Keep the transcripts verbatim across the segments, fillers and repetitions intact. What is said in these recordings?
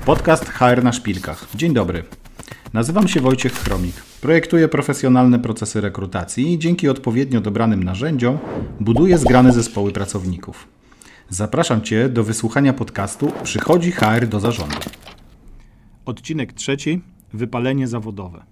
Podcast H R na szpilkach. Dzień dobry. Nazywam się Wojciech Chromik. Projektuję profesjonalne procesy rekrutacji i dzięki odpowiednio dobranym narzędziom buduję zgrane zespoły pracowników. Zapraszam Cię do wysłuchania podcastu Przychodzi H R do zarządu. Odcinek trzeci. Wypalenie zawodowe.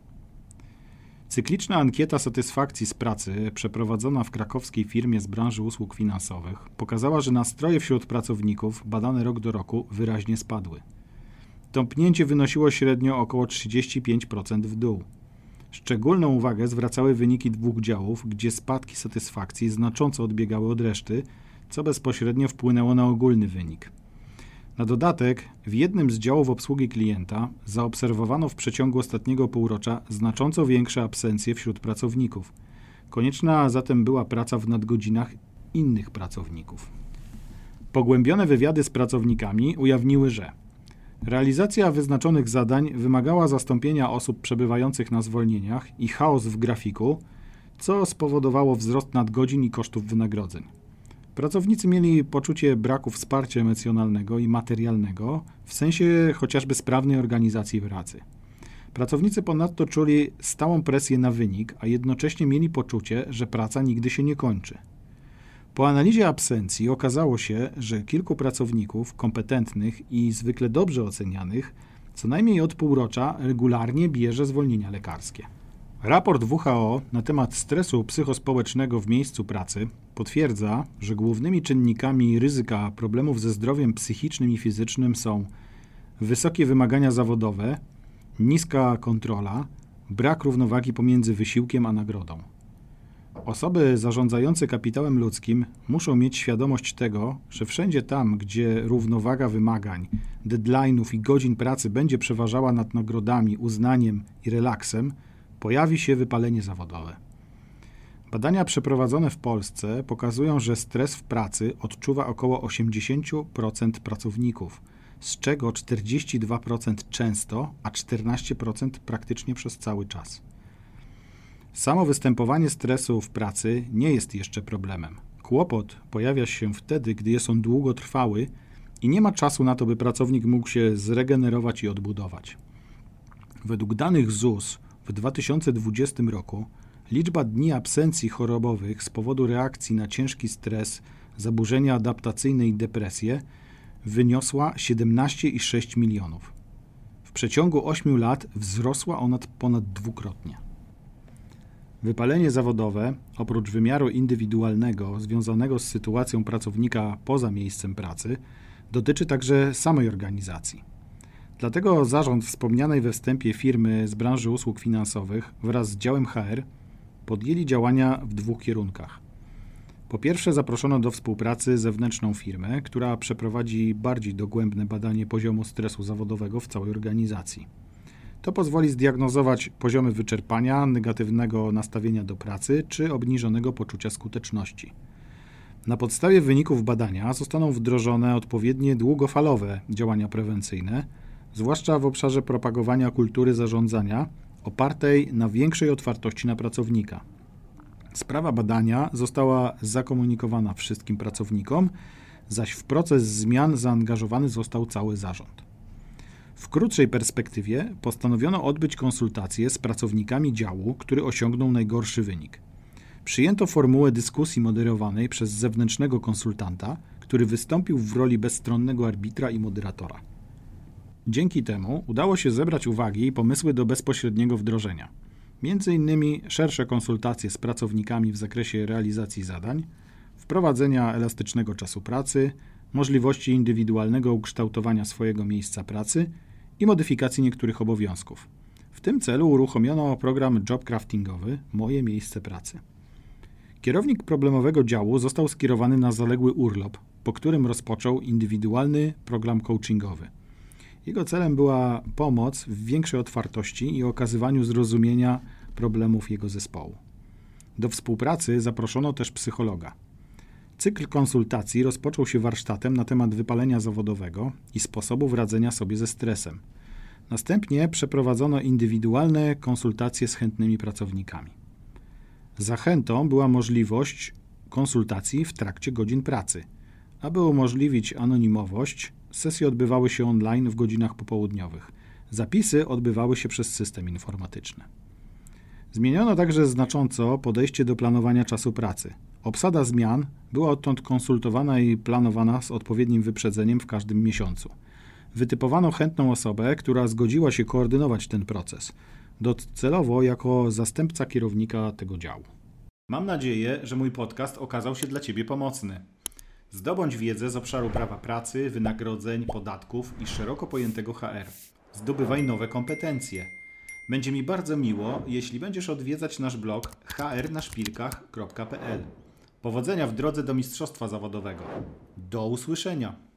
Cykliczna ankieta satysfakcji z pracy przeprowadzona w krakowskiej firmie z branży usług finansowych pokazała, że nastroje wśród pracowników badane rok do roku wyraźnie spadły. Tąpnięcie wynosiło średnio około trzydzieści pięć procent w dół. Szczególną uwagę zwracały wyniki dwóch działów, gdzie spadki satysfakcji znacząco odbiegały od reszty, co bezpośrednio wpłynęło na ogólny wynik. Na dodatek, w jednym z działów obsługi klienta zaobserwowano w przeciągu ostatniego półrocza znacząco większe absencje wśród pracowników. Konieczna zatem była praca w nadgodzinach innych pracowników. Pogłębione wywiady z pracownikami ujawniły, że realizacja wyznaczonych zadań wymagała zastąpienia osób przebywających na zwolnieniach i chaos w grafiku, co spowodowało wzrost nadgodzin i kosztów wynagrodzeń. Pracownicy mieli poczucie braku wsparcia emocjonalnego i materialnego w sensie chociażby sprawnej organizacji pracy. Pracownicy ponadto czuli stałą presję na wynik, a jednocześnie mieli poczucie, że praca nigdy się nie kończy. Po analizie absencji okazało się, że kilku pracowników kompetentnych i zwykle dobrze ocenianych co najmniej od półrocza regularnie bierze zwolnienia lekarskie. Raport W H O na temat stresu psychospołecznego w miejscu pracy potwierdza, że głównymi czynnikami ryzyka problemów ze zdrowiem psychicznym i fizycznym są wysokie wymagania zawodowe, niska kontrola, brak równowagi pomiędzy wysiłkiem a nagrodą. Osoby zarządzające kapitałem ludzkim muszą mieć świadomość tego, że wszędzie tam, gdzie równowaga wymagań, deadline'ów i godzin pracy będzie przeważała nad nagrodami, uznaniem i relaksem, pojawi się wypalenie zawodowe. Badania przeprowadzone w Polsce pokazują, że stres w pracy odczuwa około osiemdziesiąt procent pracowników, z czego czterdzieści dwa procent często, a czternaście procent praktycznie przez cały czas. Samo występowanie stresu w pracy nie jest jeszcze problemem. Kłopot pojawia się wtedy, gdy jest on długotrwały i nie ma czasu na to, by pracownik mógł się zregenerować i odbudować. Według danych Z U S w dwa tysiące dwudziestym roku liczba dni absencji chorobowych z powodu reakcji na ciężki stres, zaburzenia adaptacyjne i depresję wyniosła siedemnaście przecinek sześć milionów. W przeciągu ośmiu lat wzrosła ona ponad dwukrotnie. Wypalenie zawodowe, oprócz wymiaru indywidualnego związanego z sytuacją pracownika poza miejscem pracy, dotyczy także samej organizacji. Dlatego zarząd wspomnianej we wstępie firmy z branży usług finansowych wraz z działem H R podjęli działania w dwóch kierunkach. Po pierwsze, zaproszono do współpracy zewnętrzną firmę, która przeprowadzi bardziej dogłębne badanie poziomu stresu zawodowego w całej organizacji. To pozwoli zdiagnozować poziomy wyczerpania, negatywnego nastawienia do pracy czy obniżonego poczucia skuteczności. Na podstawie wyników badania zostaną wdrożone odpowiednie długofalowe działania prewencyjne, zwłaszcza w obszarze propagowania kultury zarządzania opartej na większej otwartości na pracownika. Sprawa badania została zakomunikowana wszystkim pracownikom, zaś w proces zmian zaangażowany został cały zarząd. W krótszej perspektywie postanowiono odbyć konsultacje z pracownikami działu, który osiągnął najgorszy wynik. Przyjęto formułę dyskusji moderowanej przez zewnętrznego konsultanta, który wystąpił w roli bezstronnego arbitra i moderatora. Dzięki temu udało się zebrać uwagi i pomysły do bezpośredniego wdrożenia. Między innymi szersze konsultacje z pracownikami w zakresie realizacji zadań, wprowadzenia elastycznego czasu pracy, możliwości indywidualnego ukształtowania swojego miejsca pracy i modyfikacji niektórych obowiązków. W tym celu uruchomiono program job craftingowy Moje miejsce pracy. Kierownik problemowego działu został skierowany na zaległy urlop, po którym rozpoczął indywidualny program coachingowy. Jego celem była pomoc w większej otwartości i okazywaniu zrozumienia problemów jego zespołu. Do współpracy zaproszono też psychologa. Cykl konsultacji rozpoczął się warsztatem na temat wypalenia zawodowego i sposobów radzenia sobie ze stresem. Następnie przeprowadzono indywidualne konsultacje z chętnymi pracownikami. Zachętą była możliwość konsultacji w trakcie godzin pracy. Aby umożliwić anonimowość, Sesje odbywały się online w godzinach popołudniowych. Zapisy odbywały się przez system informatyczny. Zmieniono także znacząco podejście do planowania czasu pracy. Obsada zmian była odtąd konsultowana i planowana z odpowiednim wyprzedzeniem w każdym miesiącu. Wytypowano chętną osobę, która zgodziła się koordynować ten proces, docelowo jako zastępca kierownika tego działu. Mam nadzieję, że mój podcast okazał się dla Ciebie pomocny. Zdobądź wiedzę z obszaru prawa pracy, wynagrodzeń, podatków i szeroko pojętego H R. Zdobywaj nowe kompetencje. Będzie mi bardzo miło, jeśli będziesz odwiedzać nasz blog h r na szpilkach kropka p l. Powodzenia w drodze do mistrzostwa zawodowego. Do usłyszenia!